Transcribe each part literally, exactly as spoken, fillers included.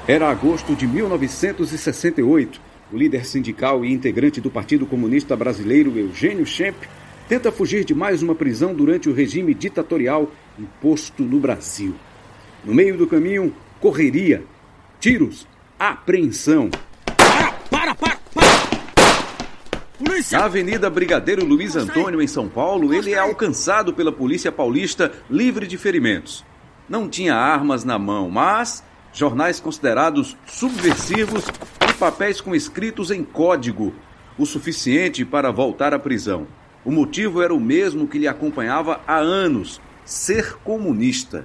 Era agosto de mil novecentos e sessenta e oito. O líder sindical e integrante do Partido Comunista Brasileiro, Eugênio Schempp, tenta fugir de mais uma prisão durante o regime ditatorial imposto no Brasil. No meio do caminho, correria, tiros, apreensão. Para, para, para, para! Polícia! Na Avenida Brigadeiro Luiz Antônio, em São Paulo, ele é alcançado pela polícia paulista livre de ferimentos. Não tinha armas na mão, mas jornais considerados subversivos e papéis com escritos em código, o suficiente para voltar à prisão. O motivo era o mesmo que lhe acompanhava há anos: ser comunista.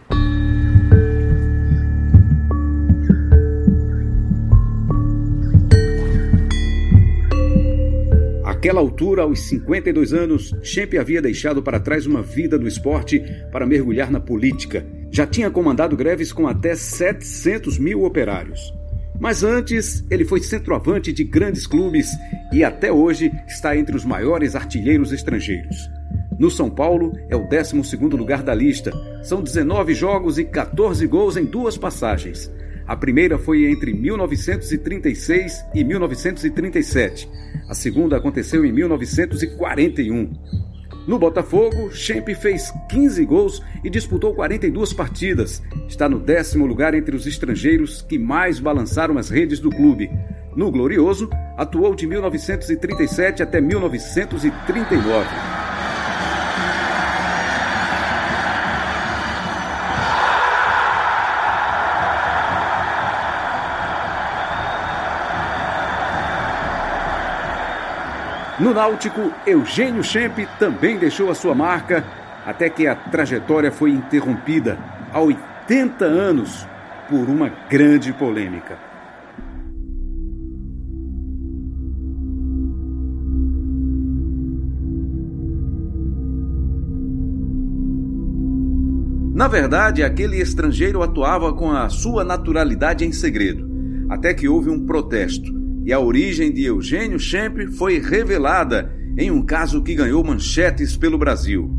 Àquela altura, aos cinquenta e dois anos, Schempp havia deixado para trás uma vida do esporte para mergulhar na política. Já tinha comandado greves com até setecentos mil operários. Mas antes, ele foi centroavante de grandes clubes e até hoje está entre os maiores artilheiros estrangeiros. No São Paulo, é o décimo segundo lugar da lista. São dezenove jogos e quatorze gols em duas passagens. A primeira foi entre mil novecentos e trinta e seis e mil novecentos e trinta e sete. A segunda aconteceu em mil novecentos e quarenta e um. No Botafogo, Schempp fez quinze gols e disputou quarenta e duas partidas. Está no décimo lugar entre os estrangeiros que mais balançaram as redes do clube. No Glorioso, atuou de mil novecentos e trinta e sete até mil novecentos e trinta e nove. No Náutico, Eugênio Schempp também deixou a sua marca, até que a trajetória foi interrompida, há oitenta anos, por uma grande polêmica. Na verdade, aquele estrangeiro atuava com a sua naturalidade em segredo, até que houve um protesto. E a origem de Eugênio Schempp foi revelada em um caso que ganhou manchetes pelo Brasil.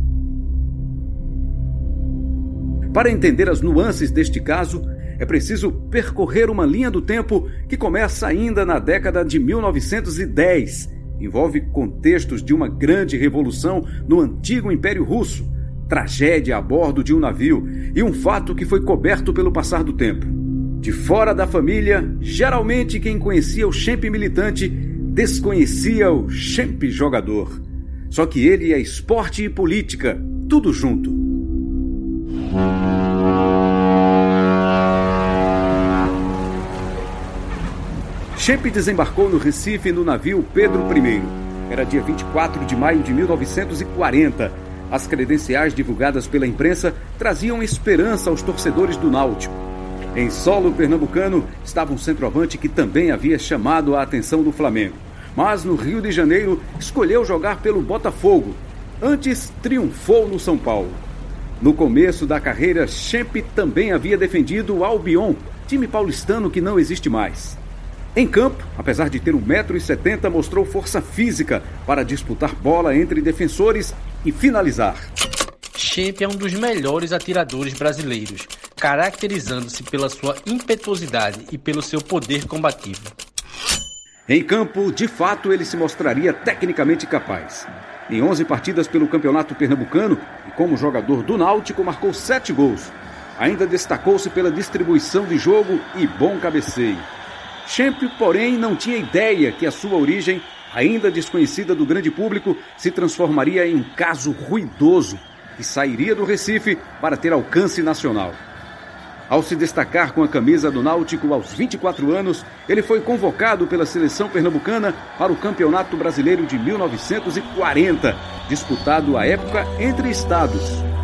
Para entender as nuances deste caso, é preciso percorrer uma linha do tempo que começa ainda na década de mil novecentos e dez. Envolve contextos de uma grande revolução no antigo Império Russo, tragédia a bordo de um navio e um fato que foi coberto pelo passar do tempo. De fora da família, geralmente quem conhecia o Schempp militante desconhecia o Schempp jogador. Só que ele é esporte e política, tudo junto. Schempp desembarcou no Recife no navio Pedro I. Era dia vinte e quatro de maio de mil novecentos e quarenta. As credenciais divulgadas pela imprensa traziam esperança aos torcedores do Náutico. Em solo pernambucano estava um centroavante que também havia chamado a atenção do Flamengo. Mas no Rio de Janeiro escolheu jogar pelo Botafogo. Antes triunfou no São Paulo. No começo da carreira, Schempp também havia defendido o Albion, time paulistano que não existe mais. Em campo, apesar de ter um metro e setenta, mostrou força física para disputar bola entre defensores e finalizar. Schempp é um dos melhores atiradores brasileiros, caracterizando-se pela sua impetuosidade e pelo seu poder combativo. Em campo, de fato, ele se mostraria tecnicamente capaz. Em onze partidas pelo Campeonato Pernambucano e como jogador do Náutico, marcou sete gols. Ainda destacou-se pela distribuição de jogo e bom cabeceio. Schempp, porém, não tinha ideia que a sua origem, ainda desconhecida do grande público, se transformaria em um caso ruidoso e sairia do Recife para ter alcance nacional. Ao se destacar com a camisa do Náutico aos vinte e quatro anos, ele foi convocado pela seleção pernambucana para o Campeonato Brasileiro de mil novecentos e quarenta, disputado à época entre estados.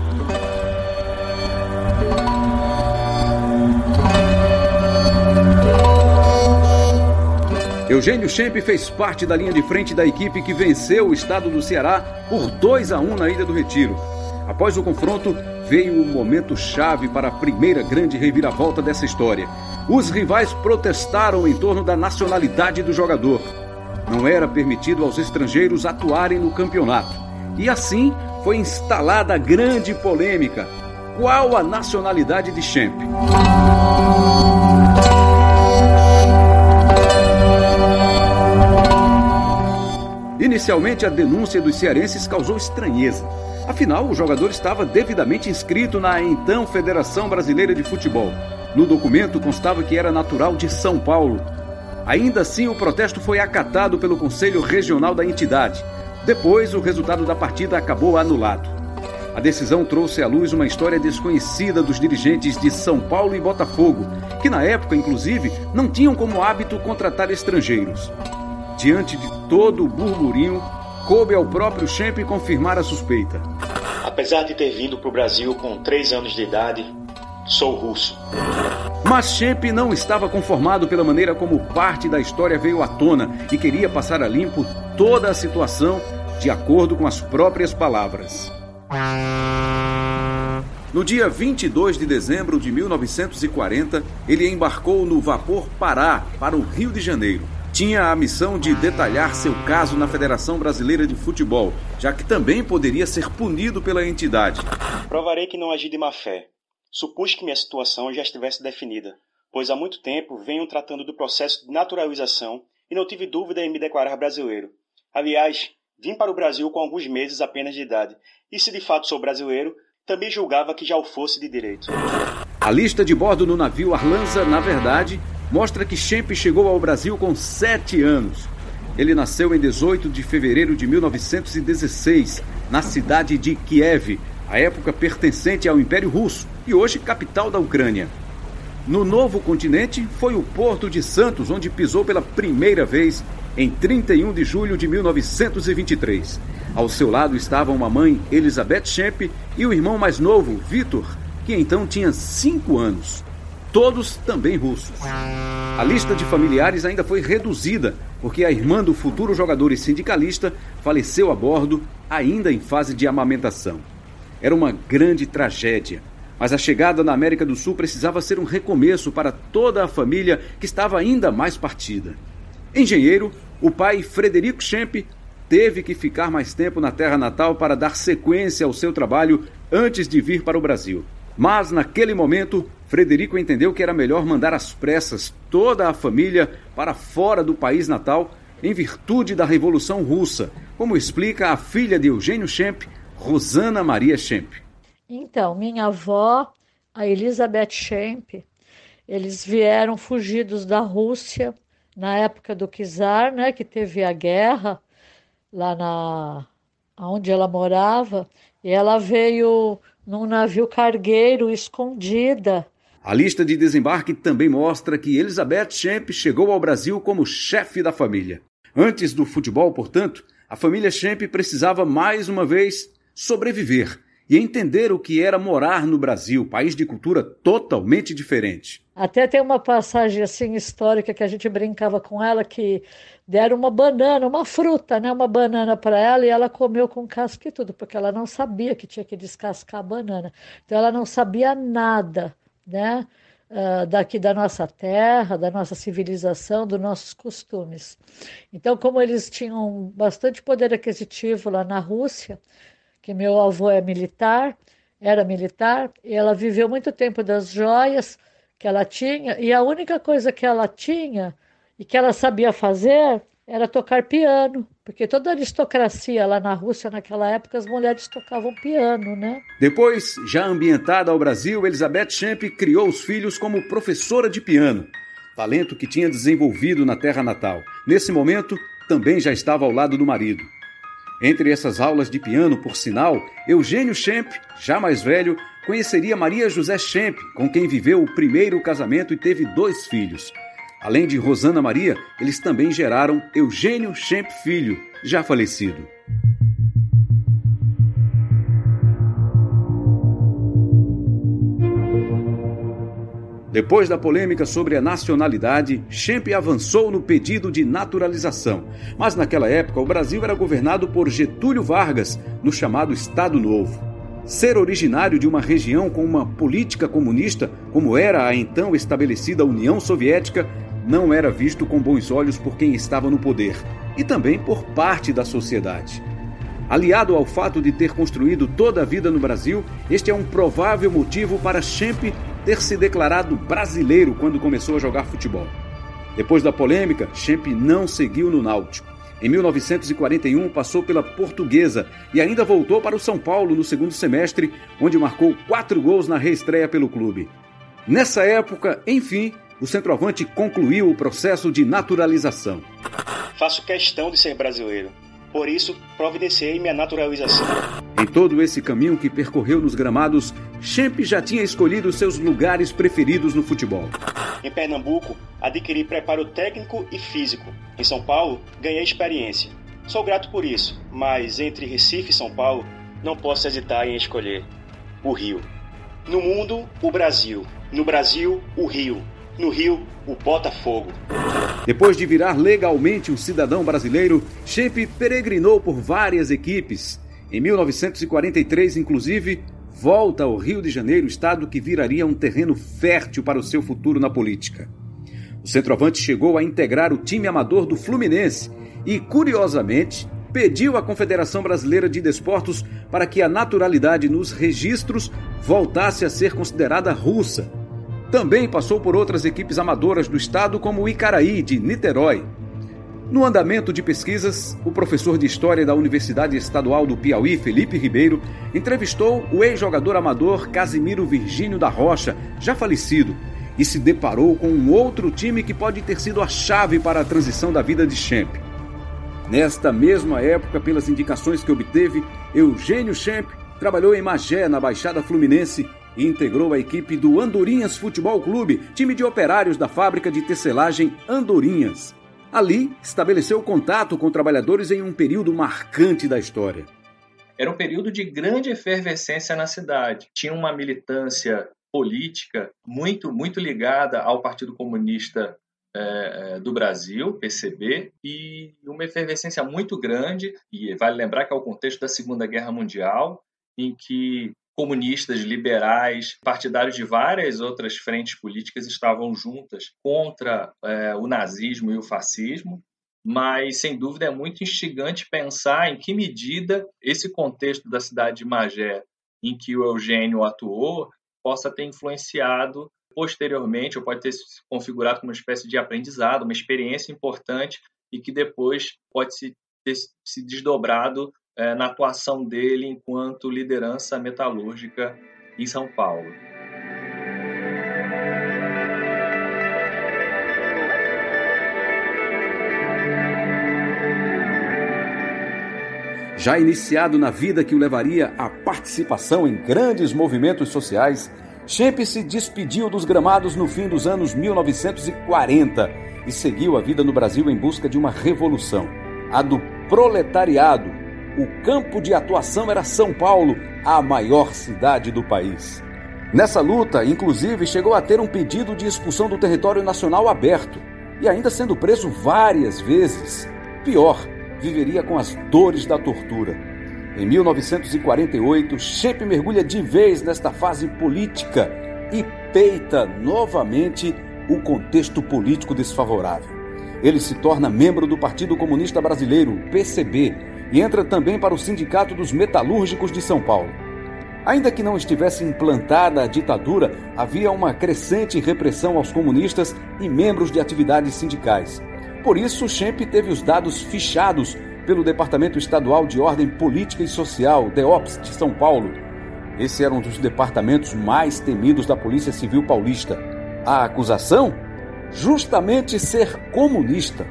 Eugênio Schempp fez parte da linha de frente da equipe que venceu o estado do Ceará por dois a um na Ilha do Retiro. Após o confronto, veio o momento chave para a primeira grande reviravolta dessa história. Os rivais protestaram em torno da nacionalidade do jogador. Não era permitido aos estrangeiros atuarem no campeonato. E assim foi instalada a grande polêmica. Qual a nacionalidade de Schempp? Inicialmente, a denúncia dos cearenses causou estranheza. Afinal, o jogador estava devidamente inscrito na então Federação Brasileira de Futebol. No documento constava que era natural de São Paulo. Ainda assim, o protesto foi acatado pelo Conselho Regional da entidade. Depois, o resultado da partida acabou anulado. A decisão trouxe à luz uma história desconhecida dos dirigentes de São Paulo e Botafogo, que na época, inclusive, não tinham como hábito contratar estrangeiros. Diante de todo o burburinho, coube ao próprio Schempp confirmar a suspeita. Apesar de ter vindo para o Brasil com três anos de idade, sou russo. Mas Schempp não estava conformado pela maneira como parte da história veio à tona e queria passar a limpo toda a situação de acordo com as próprias palavras. No dia vinte e dois de dezembro de mil novecentos e quarenta, ele embarcou no vapor Pará para o Rio de Janeiro. Tinha a missão de detalhar seu caso na Federação Brasileira de Futebol, já que também poderia ser punido pela entidade. Provarei que não agi de má fé. Supus que minha situação já estivesse definida, pois há muito tempo venho tratando do processo de naturalização e não tive dúvida em me declarar brasileiro. Aliás, vim para o Brasil com alguns meses apenas de idade, e se de fato sou brasileiro, também julgava que já o fosse de direito. A lista de bordo no navio Arlanza, na verdade, mostra que Schempp chegou ao Brasil com sete anos. Ele nasceu em dezoito de fevereiro de mil novecentos e dezesseis, na cidade de Kiev, à época pertencente ao Império Russo e hoje capital da Ucrânia. No novo continente, foi o Porto de Santos, onde pisou pela primeira vez em trinta e um de julho de mil novecentos e vinte e três. Ao seu lado estavam a mãe Elizabeth Schempp e o irmão mais novo, Vitor, que então tinha cinco anos. Todos também russos. A lista de familiares ainda foi reduzida, porque a irmã do futuro jogador e sindicalista faleceu a bordo, ainda em fase de amamentação. Era uma grande tragédia, mas a chegada na América do Sul precisava ser um recomeço para toda a família que estava ainda mais partida. Engenheiro, o pai Frederico Schempp teve que ficar mais tempo na terra natal para dar sequência ao seu trabalho antes de vir para o Brasil. Mas, naquele momento, Frederico entendeu que era melhor mandar às pressas toda a família para fora do país natal em virtude da Revolução Russa, como explica a filha de Eugênio Schempp, Rosana Maria Schempp. Então, minha avó, a Elizabeth Schempp, eles vieram fugidos da Rússia na época do czar, né, que teve a guerra lá na onde ela morava, e ela veio num navio cargueiro escondida. A lista de desembarque também mostra que Elizabeth Schempp chegou ao Brasil como chefe da família. Antes do futebol, portanto, a família Schempp precisava mais uma vez sobreviver e entender o que era morar no Brasil, país de cultura totalmente diferente. Até tem uma passagem assim histórica que a gente brincava com ela, que deram uma banana, uma fruta, né, uma banana para ela, e ela comeu com casca e tudo, porque ela não sabia que tinha que descascar a banana. Então ela não sabia nada, né, uh, daqui da nossa terra, da nossa civilização, dos nossos costumes. Então, como eles tinham bastante poder aquisitivo lá na Rússia, que meu avô é militar, era militar, e ela viveu muito tempo das joias que ela tinha, e a única coisa que ela tinha e que ela sabia fazer era tocar piano, porque toda a aristocracia lá na Rússia naquela época, as mulheres tocavam piano, né? Depois, já ambientada ao Brasil, Elizabeth Schempp criou os filhos como professora de piano, talento que tinha desenvolvido na terra natal. Nesse momento, também já estava ao lado do marido. Entre essas aulas de piano, por sinal, Eugênio Schempp, já mais velho, conheceria Maria José Schempp, com quem viveu o primeiro casamento e teve dois filhos. Além de Rosana Maria, eles também geraram Eugênio Schempp Filho, já falecido. Depois da polêmica sobre a nacionalidade, Schempp avançou no pedido de naturalização. Mas naquela época o Brasil era governado por Getúlio Vargas, no chamado Estado Novo. Ser originário de uma região com uma política comunista, como era a então estabelecida União Soviética, não era visto com bons olhos por quem estava no poder, e também por parte da sociedade. Aliado ao fato de ter construído toda a vida no Brasil, este é um provável motivo para Schempp ter se declarado brasileiro quando começou a jogar futebol. Depois da polêmica, Schempp não seguiu no Náutico. Em mil novecentos e quarenta e um, passou pela Portuguesa e ainda voltou para o São Paulo no segundo semestre, onde marcou quatro gols na reestreia pelo clube. Nessa época, enfim, o centroavante concluiu o processo de naturalização. Faço questão de ser brasileiro. Por isso, providenciei minha naturalização. Em todo esse caminho que percorreu nos gramados, Schempp já tinha escolhido seus lugares preferidos no futebol. Em Pernambuco, adquiri preparo técnico e físico. Em São Paulo, ganhei experiência. Sou grato por isso, mas entre Recife e São Paulo, não posso hesitar em escolher o Rio. No mundo, o Brasil. No Brasil, o Rio. No Rio, o Botafogo. Depois de virar legalmente um cidadão brasileiro, Schempp peregrinou por várias equipes. Em mil novecentos e quarenta e três, inclusive, volta ao Rio de Janeiro, estado que viraria um terreno fértil para o seu futuro na política. O centroavante chegou a integrar o time amador do Fluminense e, curiosamente, pediu à Confederação Brasileira de Desportos para que a naturalidade nos registros voltasse a ser considerada russa. Também passou por outras equipes amadoras do estado, como o Icaraí, de Niterói. No andamento de pesquisas, o professor de História da Universidade Estadual do Piauí, Felipe Ribeiro, entrevistou o ex-jogador amador Casimiro Virgínio da Rocha, já falecido, e se deparou com um outro time que pode ter sido a chave para a transição da vida de Schempp. Nesta mesma época, pelas indicações que obteve, Eugênio Schempp trabalhou em Magé, na Baixada Fluminense, e integrou a equipe do Andorinhas Futebol Clube, time de operários da fábrica de tecelagem Andorinhas. Ali, estabeleceu contato com trabalhadores em um período marcante da história. Era um período de grande efervescência na cidade. Tinha uma militância política muito, muito ligada ao Partido Comunista é, do Brasil, P C B, e uma efervescência muito grande, e vale lembrar que é o contexto da Segunda Guerra Mundial, em que comunistas, liberais, partidários de várias outras frentes políticas estavam juntas contra é, o nazismo e o fascismo, mas, sem dúvida, é muito instigante pensar em que medida esse contexto da cidade de Magé, em que o Eugênio atuou, possa ter influenciado posteriormente, ou pode ter se configurado como uma espécie de aprendizado, uma experiência importante e que depois pode se ter se desdobrado É, na atuação dele enquanto liderança metalúrgica em São Paulo. Já iniciado na vida que o levaria à participação em grandes movimentos sociais, Schempp se despediu dos gramados no fim dos anos mil novecentos e quarenta e seguiu a vida no Brasil em busca de uma revolução, a do proletariado. O campo de atuação era São Paulo, a maior cidade do país. Nessa luta, inclusive, chegou a ter um pedido de expulsão do território nacional aberto e ainda sendo preso várias vezes. Pior, viveria com as dores da tortura. Em mil novecentos e quarenta e oito, Schempp mergulha de vez nesta fase política e peita novamente o contexto político desfavorável. Ele se torna membro do Partido Comunista Brasileiro, P C B, e entra também para o Sindicato dos Metalúrgicos de São Paulo. Ainda que não estivesse implantada a ditadura, havia uma crescente repressão aos comunistas e membros de atividades sindicais. Por isso, Schempp teve os dados fichados pelo Departamento Estadual de Ordem Política e Social, DEOPS, de São Paulo. Esse era um dos departamentos mais temidos da Polícia Civil paulista. A acusação? Justamente ser comunista.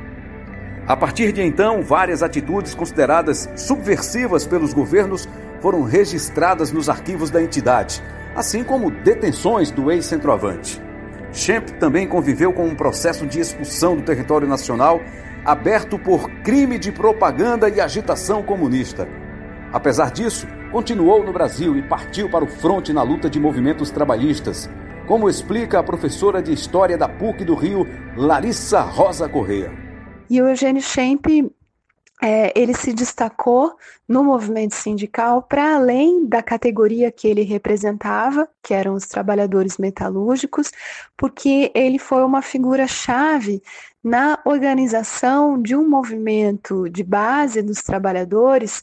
A partir de então, várias atitudes consideradas subversivas pelos governos foram registradas nos arquivos da entidade, assim como detenções do ex-centroavante. Schempp também conviveu com um processo de expulsão do território nacional aberto por crime de propaganda e agitação comunista. Apesar disso, continuou no Brasil e partiu para o fronte na luta de movimentos trabalhistas, como explica a professora de História da P U C do Rio, Larissa Rosa Corrêa. E o Eugênio Schempp, é, ele se destacou no movimento sindical para além da categoria que ele representava, que eram os trabalhadores metalúrgicos, porque ele foi uma figura-chave na organização de um movimento de base dos trabalhadores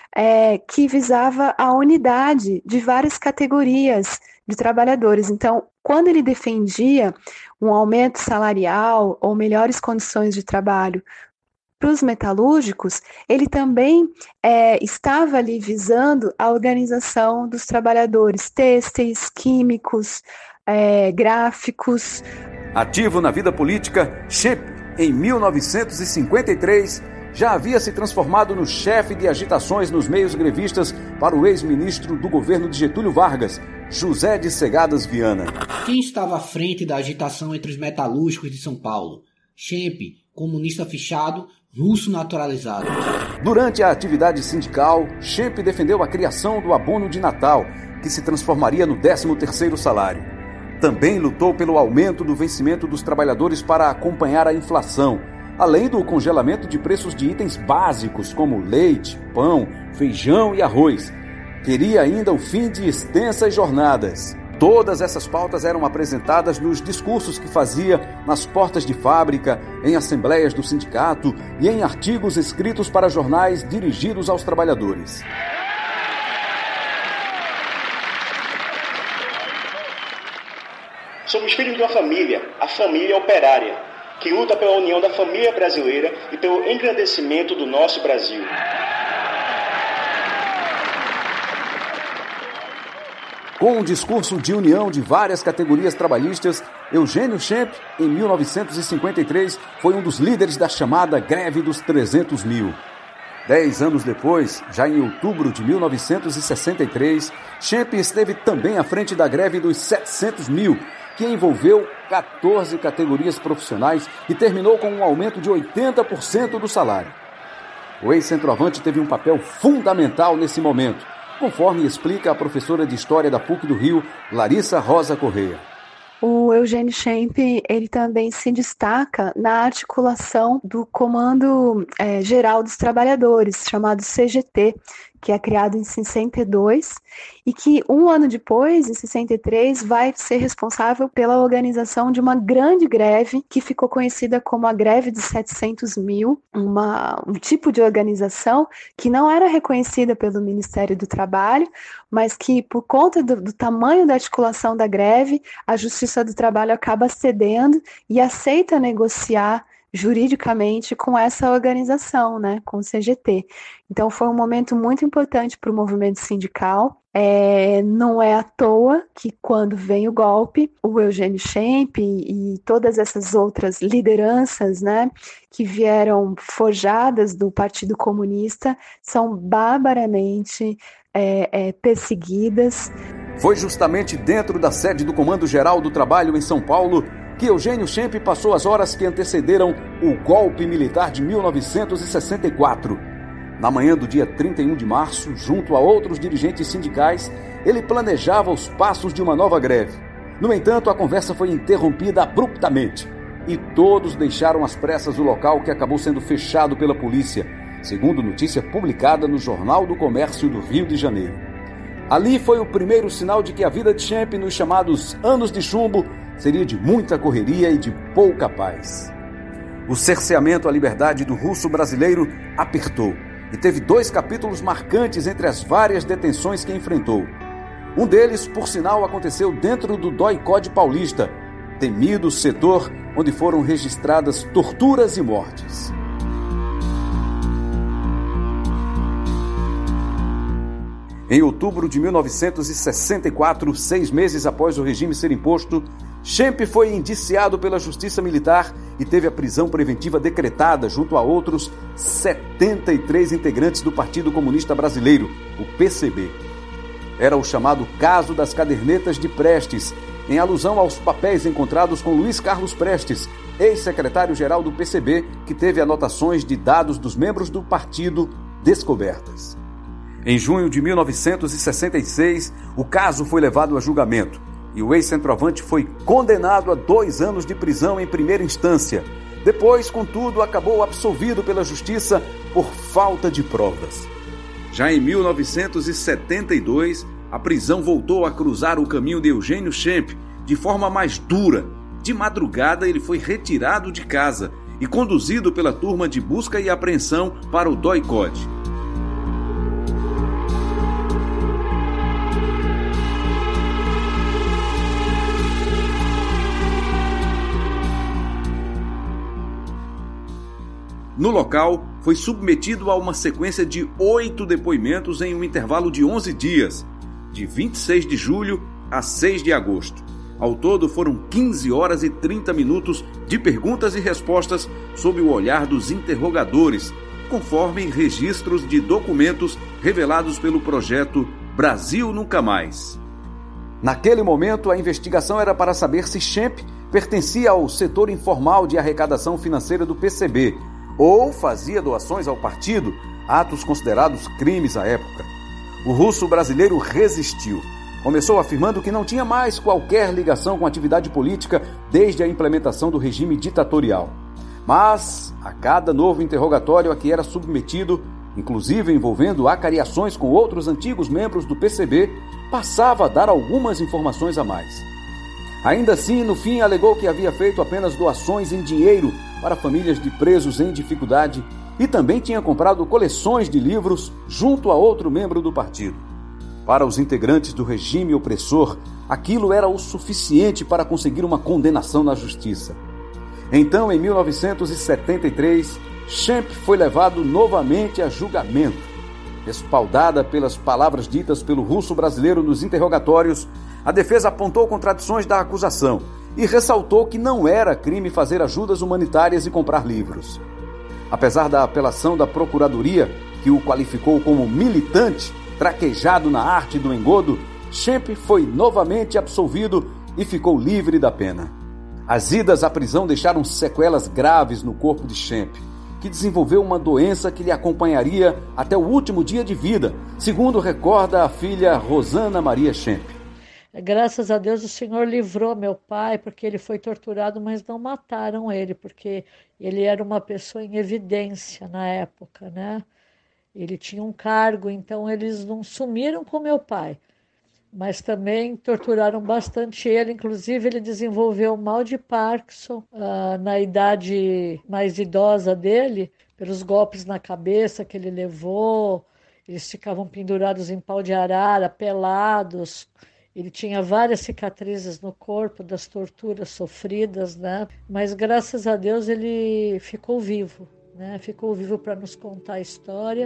é, que visava a unidade de várias categorias de trabalhadores. Então, quando ele defendia um aumento salarial ou melhores condições de trabalho para os metalúrgicos, ele também é, estava ali visando a organização dos trabalhadores têxteis, químicos, é, gráficos. Ativo na vida política, Schempp, em mil novecentos e cinquenta e três, já havia se transformado no chefe de agitações nos meios grevistas para o ex-ministro do governo de Getúlio Vargas, José de Segadas Viana. Quem estava à frente da agitação entre os metalúrgicos de São Paulo? Schempp, comunista fichado, russo naturalizado. Durante a atividade sindical, Schempp defendeu a criação do abono de Natal, que se transformaria no décimo terceiro salário. Também lutou pelo aumento do vencimento dos trabalhadores para acompanhar a inflação, além do congelamento de preços de itens básicos como leite, pão, feijão e arroz. Queria ainda o fim de extensas jornadas. Todas essas pautas eram apresentadas nos discursos que fazia nas portas de fábrica, em assembleias do sindicato e em artigos escritos para jornais dirigidos aos trabalhadores. Somos filhos de uma família, a família operária, que luta pela união da família brasileira e pelo engrandecimento do nosso Brasil. Com um discurso de união de várias categorias trabalhistas, Eugênio Schempp, em mil novecentos e cinquenta e três, foi um dos líderes da chamada Greve dos trezentos mil. Dez anos depois, já em outubro de mil novecentos e sessenta e três, Schempp esteve também à frente da Greve dos setecentos mil, que envolveu quatorze categorias profissionais e terminou com um aumento de oitenta por cento do salário. O ex-centroavante teve um papel fundamental nesse momento, conforme explica a professora de História da P U C do Rio, Larissa Rosa Correia. O Eugênio Schempp, ele também se destaca na articulação do Comando é, Geral dos Trabalhadores, chamado C G T, que é criado em sessenta e dois, e que um ano depois, em sessenta e três, vai ser responsável pela organização de uma grande greve que ficou conhecida como a Greve dos setecentos mil, uma, um tipo de organização que não era reconhecida pelo Ministério do Trabalho, mas que, por conta do, do tamanho da articulação da greve, a Justiça do Trabalho acaba cedendo e aceita negociar juridicamente com essa organização, né, com o C G T. Então foi um momento muito importante para o movimento sindical. É, não é à toa que quando vem o golpe, o Eugênio Schempp e, e todas essas outras lideranças, né, que vieram forjadas do Partido Comunista são barbaramente é, é, perseguidas. Foi justamente dentro da sede do Comando Geral do Trabalho em São Paulo que Eugênio Schempp passou as horas que antecederam o golpe militar de mil novecentos e sessenta e quatro. Na manhã do dia trinta e um de março, junto a outros dirigentes sindicais, ele planejava os passos de uma nova greve. No entanto, a conversa foi interrompida abruptamente e todos deixaram às pressas o local, que acabou sendo fechado pela polícia, segundo notícia publicada no Jornal do Comércio do Rio de Janeiro. Ali foi o primeiro sinal de que a vida de Schempp nos chamados anos de chumbo seria de muita correria e de pouca paz. O cerceamento à liberdade do russo brasileiro apertou e teve dois capítulos marcantes entre as várias detenções que enfrentou. Um deles, por sinal, aconteceu dentro do D O I-CODE paulista, temido setor onde foram registradas torturas e mortes. Em outubro de mil novecentos e sessenta e quatro, seis meses após o regime ser imposto, Schempp foi indiciado pela Justiça Militar e teve a prisão preventiva decretada junto a outros setenta e três integrantes do Partido Comunista Brasileiro, o P C B. Era o chamado caso das cadernetas de Prestes, em alusão aos papéis encontrados com Luiz Carlos Prestes, ex-secretário-geral do P C B, que teve anotações de dados dos membros do partido descobertas. Em junho de mil novecentos e sessenta e seis, o caso foi levado a julgamento e o ex-centroavante foi condenado a dois anos de prisão em primeira instância. Depois, contudo, acabou absolvido pela Justiça por falta de provas. Já em mil novecentos e setenta e dois, a prisão voltou a cruzar o caminho de Eugênio Schempp de forma mais dura. De madrugada, ele foi retirado de casa e conduzido pela turma de busca e apreensão para o D O I-CODE. no local, foi submetido a uma sequência de oito depoimentos em um intervalo de onze dias, de vinte e seis de julho a seis de agosto. Ao todo, foram quinze horas e trinta minutos de perguntas e respostas sob o olhar dos interrogadores, conforme registros de documentos revelados pelo projeto Brasil Nunca Mais. Naquele momento, a investigação era para saber se Schempp pertencia ao setor informal de arrecadação financeira do P C B ou fazia doações ao partido, atos considerados crimes à época. O russo brasileiro resistiu. Começou afirmando que não tinha mais qualquer ligação com a atividade política desde a implementação do regime ditatorial. Mas, a cada novo interrogatório a que era submetido, inclusive envolvendo acariações com outros antigos membros do P C B, passava a dar algumas informações a mais. Ainda assim, no fim, alegou que havia feito apenas doações em dinheiro para famílias de presos em dificuldade e também tinha comprado coleções de livros junto a outro membro do partido. Para os integrantes do regime opressor, aquilo era o suficiente para conseguir uma condenação na justiça. Então, em mil novecentos e setenta e três, Schempp foi levado novamente a julgamento. Respaldada pelas palavras ditas pelo russo brasileiro nos interrogatórios, a defesa apontou contradições da acusação e ressaltou que não era crime fazer ajudas humanitárias e comprar livros. Apesar da apelação da Procuradoria, que o qualificou como militante, traquejado na arte do engodo, Schempp foi novamente absolvido e ficou livre da pena. As idas à prisão deixaram sequelas graves no corpo de Schempp, que desenvolveu uma doença que lhe acompanharia até o último dia de vida, segundo recorda a filha Rosana Maria Schempp. Graças a Deus o Senhor livrou meu pai, porque ele foi torturado, mas não mataram ele, porque ele era uma pessoa em evidência na época, né? Ele tinha um cargo, então eles não sumiram com meu pai, mas também torturaram bastante ele. Inclusive, ele desenvolveu o mal de Parkinson uh, na idade mais idosa dele, pelos golpes na cabeça que ele levou. Eles ficavam pendurados em pau de arara, pelados. Ele tinha várias cicatrizes no corpo das torturas sofridas, né? Mas graças a Deus ele ficou vivo, né? Ficou vivo para nos contar a história.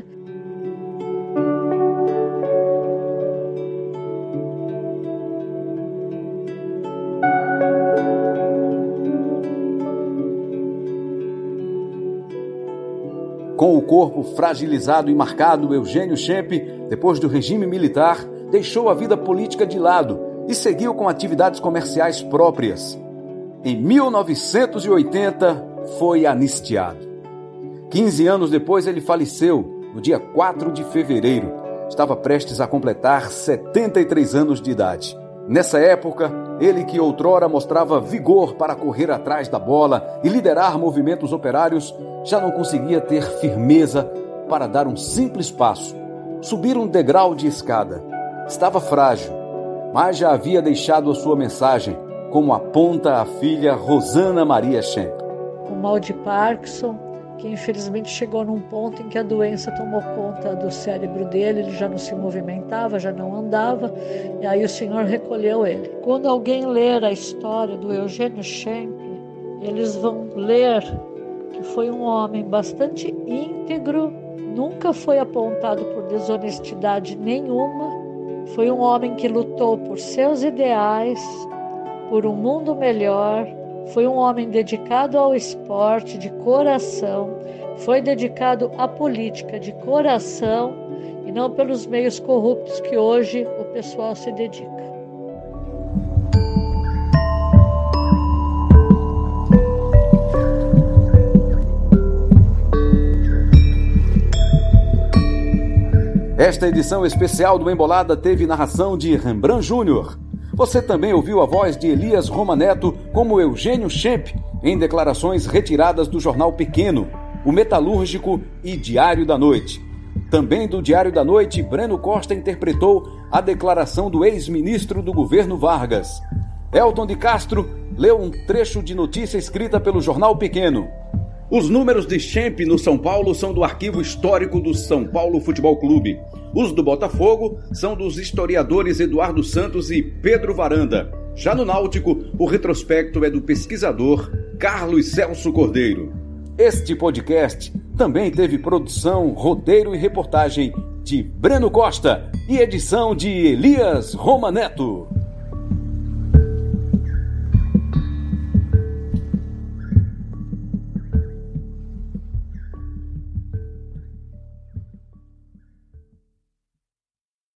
Com o corpo fragilizado e marcado, Eugênio Schempp, depois do regime militar, deixou a vida política de lado e seguiu com atividades comerciais próprias. Em mil novecentos e oitenta, foi anistiado. quinze anos depois, ele faleceu, no dia quatro de fevereiro. Estava prestes a completar setenta e três anos de idade. Nessa época, ele que outrora mostrava vigor para correr atrás da bola e liderar movimentos operários, já não conseguia ter firmeza para dar um simples passo, subir um degrau de escada. Estava frágil, mas já havia deixado a sua mensagem, como aponta a filha Rosana Maria Schempp. O mal de Parkinson, que infelizmente chegou num ponto em que a doença tomou conta do cérebro dele, ele já não se movimentava, já não andava, e aí o Senhor recolheu ele. Quando alguém ler a história do Eugênio Schempp, eles vão ler que foi um homem bastante íntegro, nunca foi apontado por desonestidade nenhuma, foi um homem que lutou por seus ideais, por um mundo melhor. Foi um homem dedicado ao esporte de coração, foi dedicado à política de coração e não pelos meios corruptos que hoje o pessoal se dedica. Esta edição especial do Embolada teve narração de Rembrandt Júnior. Você também ouviu a voz de Elias Romaneto como Eugênio Schempp em declarações retiradas do jornal Pequeno, O Metalúrgico e Diário da Noite. Também do Diário da Noite, Breno Costa interpretou a declaração do ex-ministro do governo Vargas. Elton de Castro leu um trecho de notícia escrita pelo jornal Pequeno. Os números de Schempp no São Paulo são do arquivo histórico do São Paulo Futebol Clube. Os do Botafogo são dos historiadores Eduardo Santos e Pedro Varanda. Já no Náutico, o retrospecto é do pesquisador Carlos Celso Cordeiro. Este podcast também teve produção, roteiro e reportagem de Breno Costa e edição de Elias Romaneto.